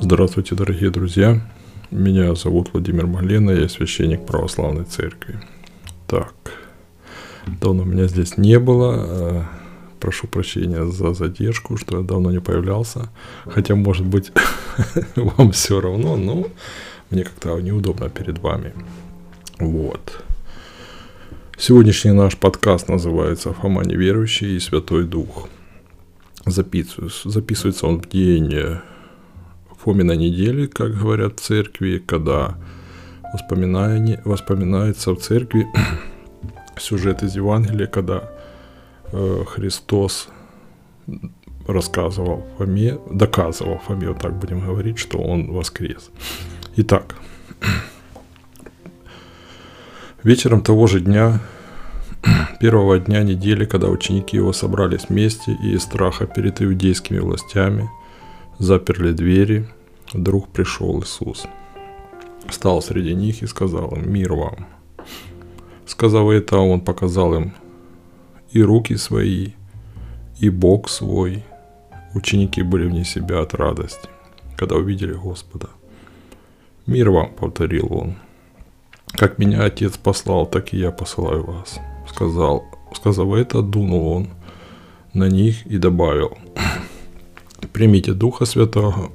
Здравствуйте, дорогие друзья. Меня зовут Владимир Малена, я священник православной церкви. Так, давно меня здесь не было. Прошу прощения за задержку, что я давно не появлялся. Хотя, может быть, вам все равно, но мне как-то неудобно перед вами. Вот. Сегодняшний наш подкаст называется «Фома неверующий и Святой Дух». Записывается он в день Фоминой недели, как говорят в церкви, когда воспоминается в церкви сюжет из Евангелия, когда Христос доказывал Фоме, вот так будем говорить, что Он воскрес. Итак, вечером того же дня, первого дня недели, когда ученики Его собрались вместе и из страха перед иудейскими властями заперли двери, вдруг пришел Иисус. Встал среди них и сказал им: «Мир вам». Сказав это, Он показал им и руки свои, и бок свой. Ученики были вне себя от радости, когда увидели Господа. «Мир вам», — повторил Он. «Как меня Отец послал, так и я посылаю вас». Сказав это, дунул Он на них и добавил: «Примите Духа Святого.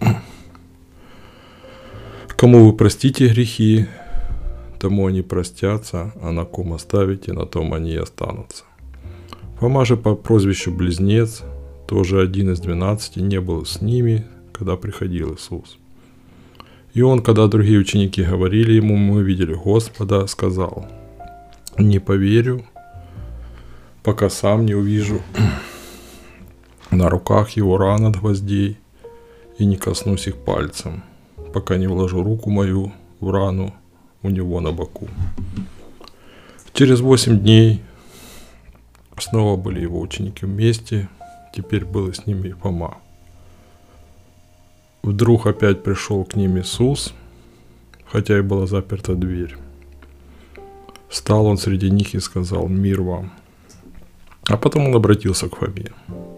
Кому вы простите грехи, тому они простятся, а на ком оставите, на том они и останутся». Фома же по прозвищу Близнец, тоже один из 12, не был с ними, когда приходил Иисус. И он, когда другие ученики говорили ему: «Мы видели Господа», сказал: «Не поверю, пока сам не увижу на руках его ран от гвоздей и не коснусь их пальцем, пока не вложу руку мою в рану у него на боку». Через 8 дней снова были его ученики вместе, теперь был и с ними и Фома. Вдруг опять пришел к ним Иисус, хотя и была заперта дверь. Встал он среди них и сказал: «Мир вам». А потом он обратился к Фоме: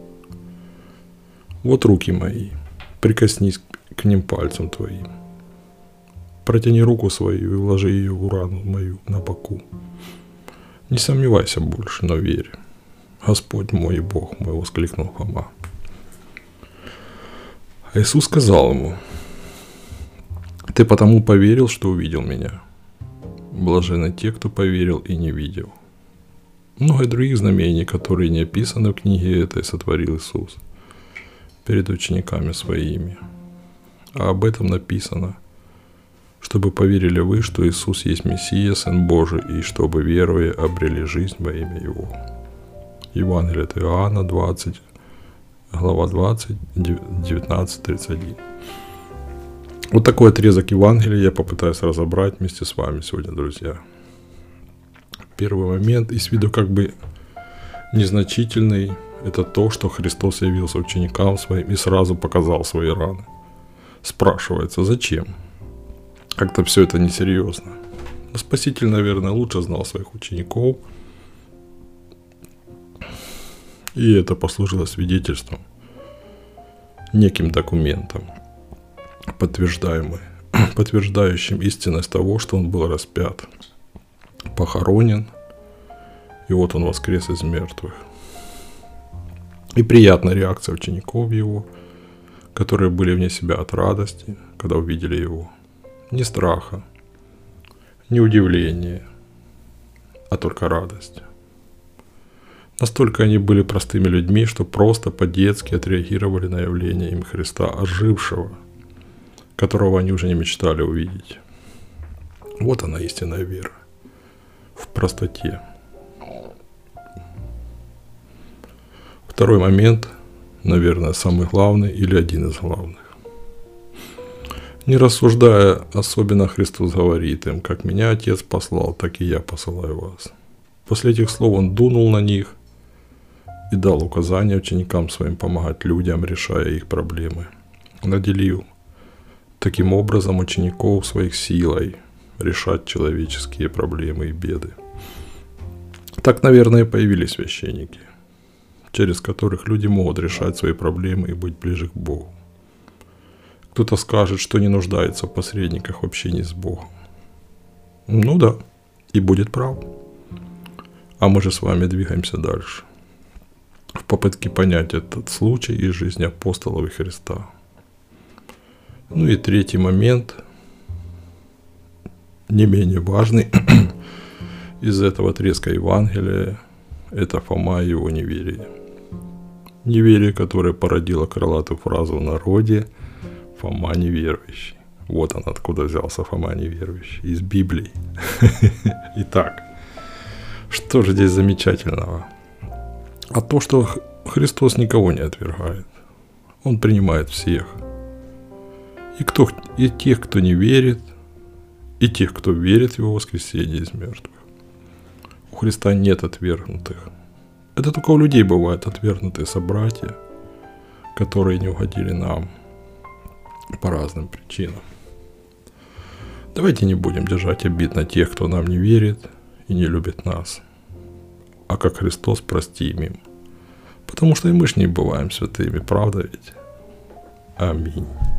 «Вот руки мои, прикоснись к ним пальцем твоим. Протяни руку свою и вложи ее в рану мою на боку. Не сомневайся больше, но верь. Господь мой и Бог мой», — воскликнул Фома. А Иисус сказал ему: «Ты потому поверил, что увидел меня. Блаженны те, кто поверил и не видел». Много других знамений, которые не описаны в книге этой, сотворил Иисус перед учениками своими. А об этом написано: чтобы поверили вы, что Иисус есть Мессия, Сын Божий, и чтобы, веруя, обрели жизнь во имя Его. Евангелие от Иоанна, 20, глава 20, 19-31. Вот такой отрезок Евангелия я попытаюсь разобрать вместе с вами сегодня, друзья. Первый момент, и с виду как бы незначительный, это то, что Христос явился ученикам своим и сразу показал свои раны. Спрашивается, зачем? Как-то все это несерьезно. Но Спаситель, наверное, лучше знал своих учеников, и это послужило свидетельством, неким документом, подтверждающим истинность того, что Он был распят, похоронен, и вот Он воскрес из мертвых. И приятная реакция учеников Его, которые были вне себя от радости, когда увидели Его. Не страха, не удивления, а только радость. Настолько они были простыми людьми, что просто по-детски отреагировали на явление им Христа, ожившего, которого они уже не мечтали увидеть. Вот она, истинная вера. В простоте. Второй момент, наверное, самый главный или один из главных. Не рассуждая особенно, Христос говорит им: «Как меня Отец послал, так и я посылаю вас». После этих слов Он дунул на них и дал указания ученикам своим помогать людям, решая их проблемы. Наделил таким образом учеников своих силой решать человеческие проблемы и беды. Так, наверное, и появились священники, через которых люди могут решать свои проблемы и быть ближе к Богу. Кто-то скажет, что не нуждается в посредниках в общении с Богом. Ну да, и будет прав. А мы же с вами двигаемся дальше в попытке понять этот случай из жизни апостолов и Христа. Ну и третий момент, не менее важный, из этого отрезка Евангелия, это Фома и его неверие. Неверие, которое породило крылатую фразу в народе «Фома неверующий». Вот он откуда взялся Фома неверующий, из Библии. Итак, что же здесь замечательного? А то, что Христос никого не отвергает. Он принимает всех. И тех, кто не верит, и тех, кто верит в Его воскресение из мертвых. У Христа нет отвергнутых. Это только у людей бывают отвергнутые собратья, которые не угодили нам по разным причинам. Давайте не будем держать обид на тех, кто нам не верит и не любит нас, а как Христос простим им. Потому что и мы ж не бываем святыми, правда ведь? Аминь.